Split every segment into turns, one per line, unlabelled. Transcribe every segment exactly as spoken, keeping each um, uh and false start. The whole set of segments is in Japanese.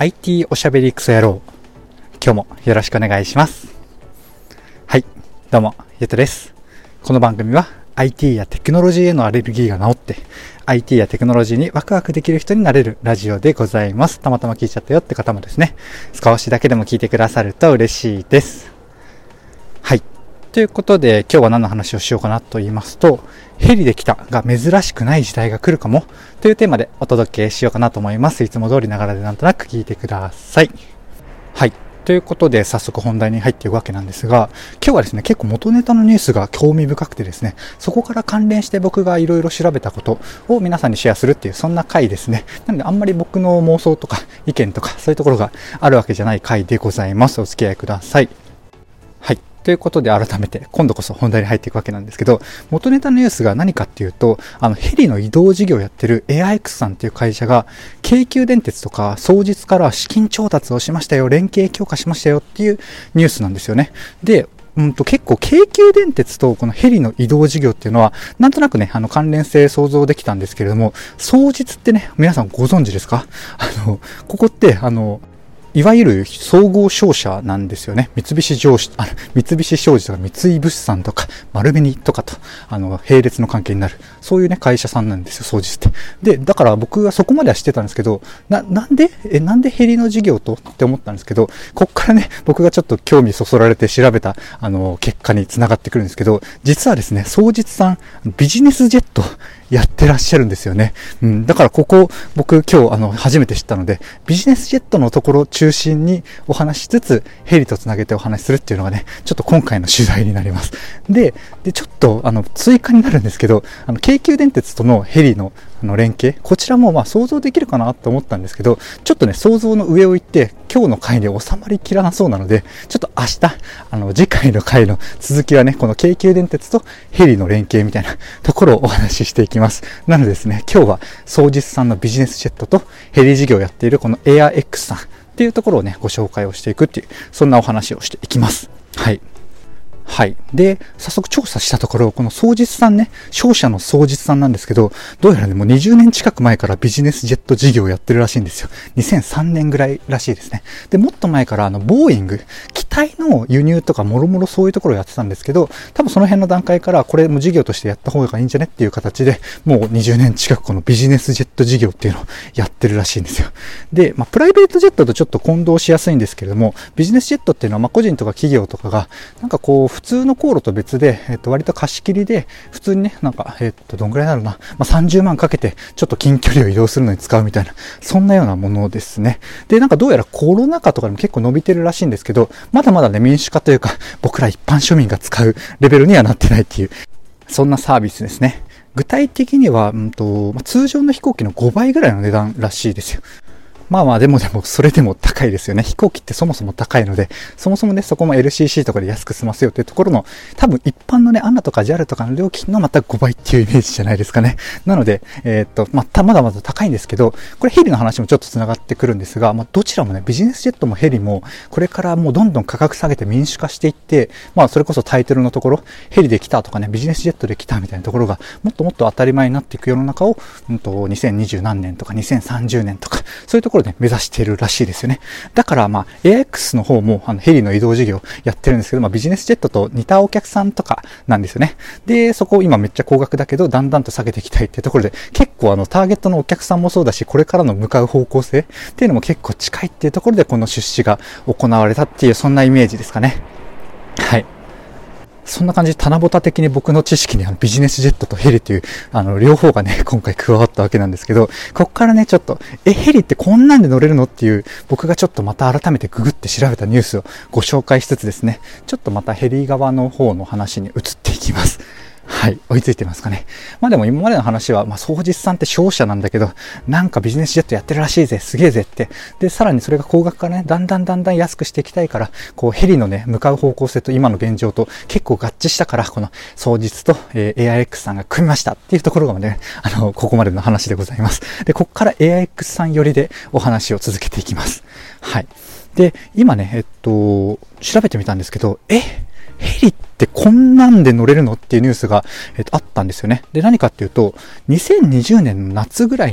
アイティー おしゃべりクソ野郎。今日もよろしくお願いします。はい、どうも、ゆうとです。この番組は アイティー やテクノロジーへのアレルギーが治って、アイティー やテクノロジーにワクワクできる人になれるラジオでございます。たまたま聞いちゃったよって方もですね、少しだけでも聞いてくださると嬉しいです。はい。ということで、今日は何の話をしようかなと言いますと、ヘリで来たが珍しくない時代が来るかもというテーマでお届けしようかなと思います。いつも通りながらでなんとなく聞いてください。はい。ということで、早速本題に入っていくわけなんですが、今日はですね、結構元ネタのニュースが興味深くてですね、そこから関連して僕がいろいろ調べたことを皆さんにシェアするっていう、そんな回ですね。なので、あんまり僕の妄想とか意見とか、そういうところがあるわけじゃない回でございます。お付き合いください。はい。ということで改めて今度こそ本題に入っていくわけなんですけど、元ネタのニュースが何かっていうと、あのヘリの移動事業をやってる エーアイエックス さんっていう会社が京急電鉄とか双日から資金調達をしましたよ、連携強化しましたよっていうニュースなんですよね。で、うんと結構京急電鉄とこのヘリの移動事業っていうのはなんとなくね、あの関連性想像できたんですけれども、双日ってね、皆さんご存知ですか？あの、ここってあの、いわゆる総合商社なんですよね。三菱商事、あの、三菱商事とか三井物産とか丸紅とかと、あの、並列の関係になる。そういうね、会社さんなんですよ、双日って。で、だから僕はそこまでは知ってたんですけど、な、なんで、え、なんでヘリの事業とって思ったんですけど、こっからね、僕がちょっと興味そそられて調べた、あの、結果に繋がってくるんですけど、実はですね、双日さん、ビジネスジェット、やってらっしゃるんですよね。うん、だからここ僕今日あの初めて知ったので、ビジネスジェットのところを中心にお話しつつヘリとつなげてお話しするっていうのがね、ちょっと今回の取材になります。で、でちょっとあの追加になるんですけど、あの京急電鉄とのヘリのあの連携、こちらもまあ想像できるかなと思ったんですけど、ちょっとね想像の上を行って今日の回で収まりきらなそうなので、ちょっと明日あの次回の回の続きはね、この京急電鉄とヘリの連携みたいなところをお話ししていきます。なのでですね、今日は双日さんのビジネスジェットとヘリ事業をやっているこの エーアイエックス さんっていうところをね、ご紹介をしていくっていう、そんなお話をしていきます。はい。はい。で、早速調査したところ、この双日さんね、商社の双日さんなんですけど、どうやらね、もうにじゅうねん近く前からビジネスジェット事業をやってるらしいんですよ。にせんさんねんぐらいらしいですね。で、もっと前からあの、ボーイング、機体の輸入とかもろもろそういうところをやってたんですけど、多分その辺の段階からこれも事業としてやった方がいいんじゃねっていう形で、もうにじゅうねん近くこのビジネスジェット事業っていうのをやってるらしいんですよ。で、まあ、プライベートジェットとちょっと混同しやすいんですけれども、ビジネスジェットっていうのはまあ個人とか企業とかが、なんかこう、普通の航路と別で、えっと、割と貸し切りで、普通にね、なんか、えっと、どんぐらいになるな、まあ、さんじゅうまんかけて、ちょっと近距離を移動するのに使うみたいな、そんなようなものですね。で、なんかどうやらコロナ禍とかでも結構伸びてるらしいんですけど、まだまだね、民主化というか、僕ら一般庶民が使うレベルにはなってないっていう、そんなサービスですね。具体的には、うんと、まあ、通常の飛行機のごばいぐらいの値段らしいですよ。まあまあでもでもそれでも高いですよね。飛行機ってそもそも高いので、そもそもね、そこも エルシーシー とかで安く済ませようというところの、多分一般のね、アナとか ジャル とかの料金のまたごばいっていうイメージじゃないですかね。なので、えー、っと、まあ、まだまだ高いんですけど、これヘリの話もちょっと繋がってくるんですが、まあ、どちらもね、ビジネスジェットもヘリも、これからもうどんどん価格下げて民主化していって、まあ、それこそタイトルのところ、ヘリで来たとかね、ビジネスジェットで来たみたいなところが、もっともっと当たり前になっていく世の中を、うんと、にせんにじゅう何年とかにせんさんじゅうねんとか、そういうところで目指しているらしいですよね。だからまあ エーアイエックス の方もあのヘリの移動事業やってるんですけど、まあビジネスジェットと似たお客さんとかなんですよね。で、そこ今めっちゃ高額だけどだんだんと下げていきたいっていうところで、結構あのターゲットのお客さんもそうだし、これからの向かう方向性っていうのも結構近いっていうところでこの出資が行われたっていう、そんなイメージですかね。はい。そんな感じで棚ぼた的に僕の知識にあのビジネスジェットとヘリというあの両方がね今回加わったわけなんですけど、こっからねちょっとえヘリってこんなんで乗れるのっていう僕がちょっとまた改めてググって調べたニュースをご紹介しつつですね、ちょっとまたヘリ側の方の話に移っていきます。はい、追いついてますかね。まあでも今までの話は、まあ双日さんって商社なんだけど、なんかビジネスジェットやってるらしいぜ、すげえぜって。で、さらにそれが高額からね、だんだんだんだん安くしていきたいから、こうヘリのね、向かう方向性と今の現状と結構合致したから、この双日と、えー、エーアイエックス さんが組みましたっていうところがね、あの、ここまでの話でございます。で、ここから エーアイエックス さん寄りでお話を続けていきます。はい。で、今ね、えっと、調べてみたんですけど、えヘリってこんなんで乗れるのっていうニュースが、えっと、あったんですよね。で、何かっていうと、にせんにじゅうねんの夏ぐらいに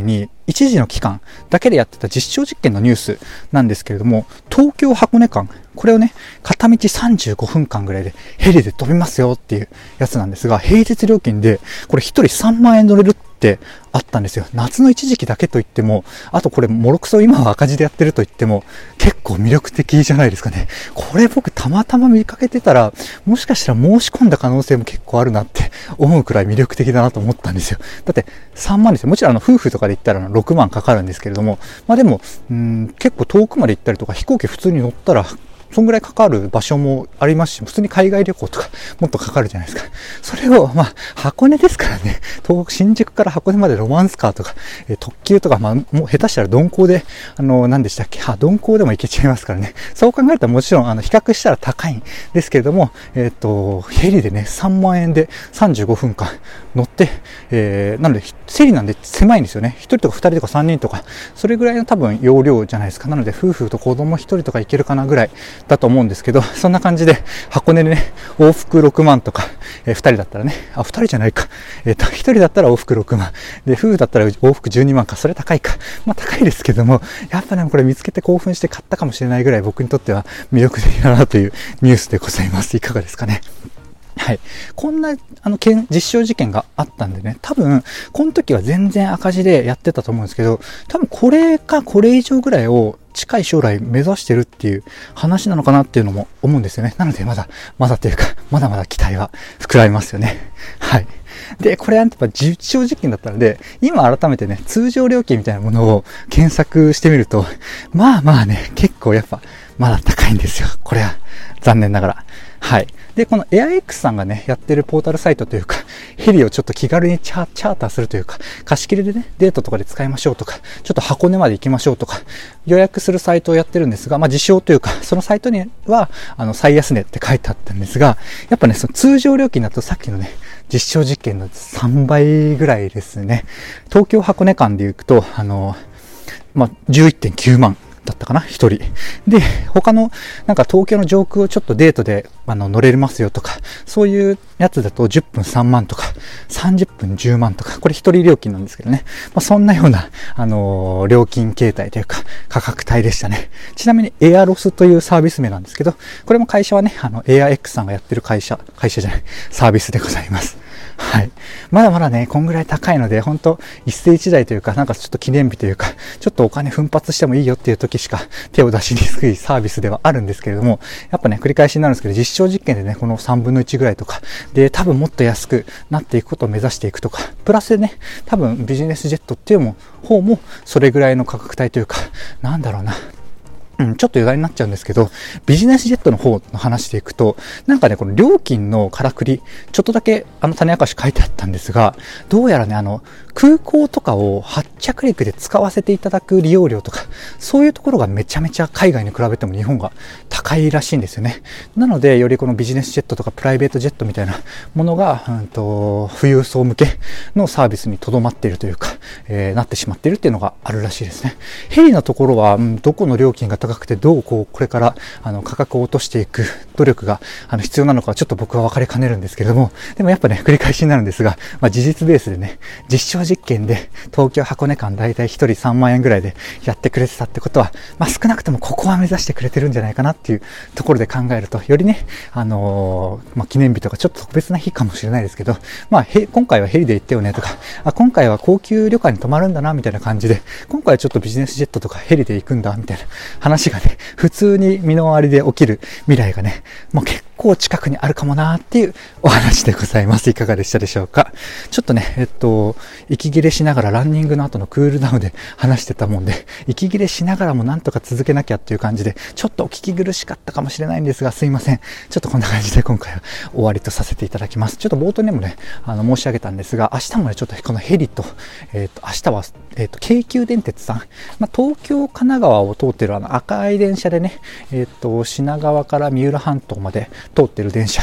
一時の期間だけでやってた実証実験のニュースなんですけれども、東京箱根間、これをね、片道さんじゅうごふんかんぐらいでヘリで飛びますよっていうやつなんですが、平日料金でこれひとりさんまんえん乗れるってあったんですよ。夏の一時期だけといっても、あとこれもろくそ今は赤字でやってると言っても結構魅力的じゃないですかね。これ僕たまたま見かけてたら、もしかしたら申し込んだ可能性も結構あるなって思うくらい魅力的だなと思ったんですよ。だってさんまんですよ。もちろんあの夫婦とかで行ったらろくまんかかるんですけれども、まあでもうーん結構遠くまで行ったりとか飛行機普通に乗ったらそんぐらいかかる場所もありますし、普通に海外旅行とかもっとかかるじゃないですか。それを、まあ、箱根ですからね、東北、新宿から箱根までロマンスカーとか、えー、特急とか、まあ、もう下手したら鈍行で、あの、何でしたっけ、あ、鈍行でも行けちゃいますからね。そう考えたらもちろん、あの、比較したら高いんですけれども、えっと、ヘリでね、さんまんえんでさんじゅうごふんかん乗って、えー、なので、ヘリなんで狭いんですよね。ひとりとかふたりとかさんにんとか、それぐらいの多分容量じゃないですか。なので、夫婦と子供ひとりとか行けるかなぐらいだと思うんですけど、そんな感じで箱根でね、往復ろくまんとか、えー、ふたりだったらね、あ、ふたりじゃないか、えっと、ひとりだったら往復ろくまんで、夫婦だったら往復じゅうにまんか、それ高いか、まあ高いですけども、やっぱね、これ見つけて興奮して買ったかもしれないぐらい僕にとっては魅力的だなというニュースでございます。いかがですかね。はい。こんな、あの、実証実験があったんでね、多分、この時は全然赤字でやってたと思うんですけど、多分これかこれ以上ぐらいを近い将来目指してるっていう話なのかなっていうのも思うんですよね。なのでまだ、まだというか、まだまだ期待は膨らみますよね。はい。で、これはやっぱ実証実験だったので、今改めてね、通常料金みたいなものを検索してみると、まあまあね、結構やっぱ、まだ高いんですよ。これは、残念ながら。はい。で、この エアエックス さんがね、やってるポータルサイトというか、ヘリをちょっと気軽にチャ、チャーターするというか、貸し切りでね、デートとかで使いましょうとか、ちょっと箱根まで行きましょうとか、予約するサイトをやってるんですが、まあ実証というか、そのサイトには、あの、最安値って書いてあったんですが、やっぱね、その通常料金だとさっきのね、実証実験のさんばいぐらいですね。東京箱根間で行くと、あの、まあ、じゅういってんきゅうまん。だったかな一人で、他のなんか東京の上空をちょっとデートであの乗れますよとか、そういうやつだとじゅっぷんさんまんとかさんじゅっぷんじゅうまんとか、これ一人料金なんですけどね、まあ、そんなようなあのー、料金形態というか価格帯でしたね。ちなみにエアロスというサービス名なんですけど、これも会社はね、あの エアエックス さんがやってる会社会社じゃないサービスでございます。はい。まだまだね、こんぐらい高いので、本当一世一代というか、なんかちょっと記念日というか、ちょっとお金奮発してもいいよっていう時しか手を出しにくいサービスではあるんですけれども、やっぱね、繰り返しになるんですけど、実証実験でね、このさんぶんのいちぐらいとか、で、多分もっと安くなっていくことを目指していくとか、プラスでね、多分ビジネスジェットっていうも方も、それぐらいの価格帯というか、なんだろうな、うん、ちょっと余談になっちゃうんですけど、ビジネスジェットの方の話でいくと、なんかね、この料金のからくり、ちょっとだけあの種明かし書いてあったんですが、どうやらね、あの、空港とかを発着陸で使わせていただく利用料とか、そういうところがめちゃめちゃ海外に比べても日本が高いらしいんですよね。なので、よりこのビジネスジェットとかプライベートジェットみたいなものが、うんと、富裕層向けのサービスにとどまっているというか、えー、なってしまっているっていうのがあるらしいですね。ヘリのところは、うん、どこの料金が高くて、どうこう、これからあの価格を落としていく努力があの必要なのかはちょっと僕は分かりかねるんですけれども、でもやっぱね、繰り返しになるんですが、まあ、事実ベースでね、実証実験で東京箱根間だいたいひとりさんまんえんぐらいでやってくれてたってことは、まあ、少なくともここは目指してくれてるんじゃないかなっていうところで考えると、よりね、あのー、まあ、記念日とかちょっと特別な日かもしれないですけど、まあ、へ今回はヘリで行ったよねとか、あ、今回は高級旅館に泊まるんだなみたいな感じで、今回はちょっとビジネスジェットとかヘリで行くんだみたいな話がね、普通に身の回りで起きる未来がね、もう結構近くにあるかもなーっていうお話でございます。いかがでしたでしょうか。ちょっとね、えっと、息切れしながらランニングの後のクールダウンで話してたもんで、息切れしながらもなんとか続けなきゃっていう感じで、ちょっとお聞き苦しかったかもしれないんですが、すいません。ちょっとこんな感じで今回は終わりとさせていただきます。ちょっと冒頭にもね、あの、申し上げたんですが、明日もね、ちょっとこのヘリと、えっと、明日は、えっと、京急電鉄さん、まあ、東京、神奈川を通ってるあの赤い電車でね、えっと、品川から三浦半島まで通ってる電車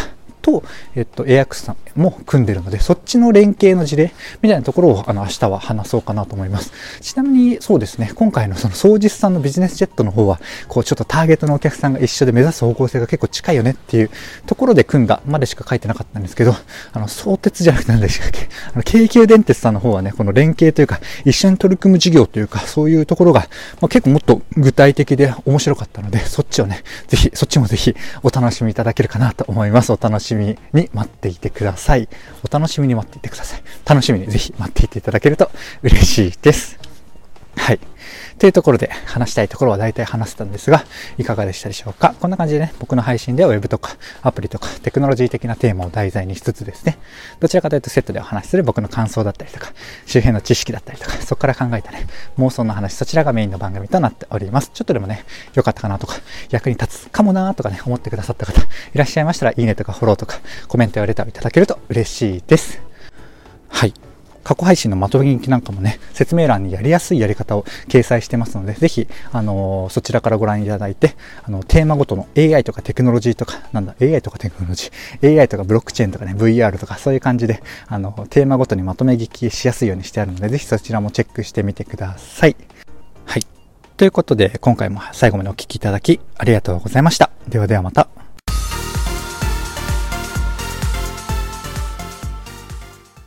と、えっと、エーエックス さんも組んでるので、そっちの連携の事例みたいなところを、あの、明日は話そうかなと思います。ちなみに、そうですね、今回のその、双日さんのビジネスジェットの方は、こう、ちょっとターゲットのお客さんが一緒で目指す方向性が結構近いよねっていうところで組んだまでしか書いてなかったんですけど、あの、相鉄じゃなくて何でしたっけ、あの、京急電鉄さんの方はね、この連携というか、一緒に取り組む事業というか、そういうところが、まあ、結構もっと具体的で面白かったので、そっちをね、ぜひ、そっちもぜひお楽しみいただけるかなと思います。お楽しみに待っていてください。お楽しみに待っていてください。楽しみにぜひ待っていていただけると嬉しいです。はい。というところで話したいところは大体話せたんですが、いかがでしたでしょうか。こんな感じでね、僕の配信では Web とかアプリとかテクノロジー的なテーマを題材にしつつですね、どちらかというとセットでお話しする僕の感想だったりとか、周辺の知識だったりとか、そこから考えたね、妄想の話、そちらがメインの番組となっております。ちょっとでもね、良かったかなとか、役に立つかもなーとかね、思ってくださった方いらっしゃいましたら、いいねとかフォローとか、コメントやレターをいただけると嬉しいです。はい。過去配信のまとめ聞きなんかもね、説明欄にやりやすいやり方を掲載してますので、ぜひ、あのー、そちらからご覧いただいて、あの、テーマごとの エーアイ とかテクノロジーとか、なんだ、エーアイ とかテクノロジー、エーアイ とかブロックチェーンとかね、ブイアール とかそういう感じで、あの、テーマごとにまとめ聞きしやすいようにしてあるので、ぜひそちらもチェックしてみてください。はい。ということで、今回も最後までお聞きいただき、ありがとうございました。ではではまた。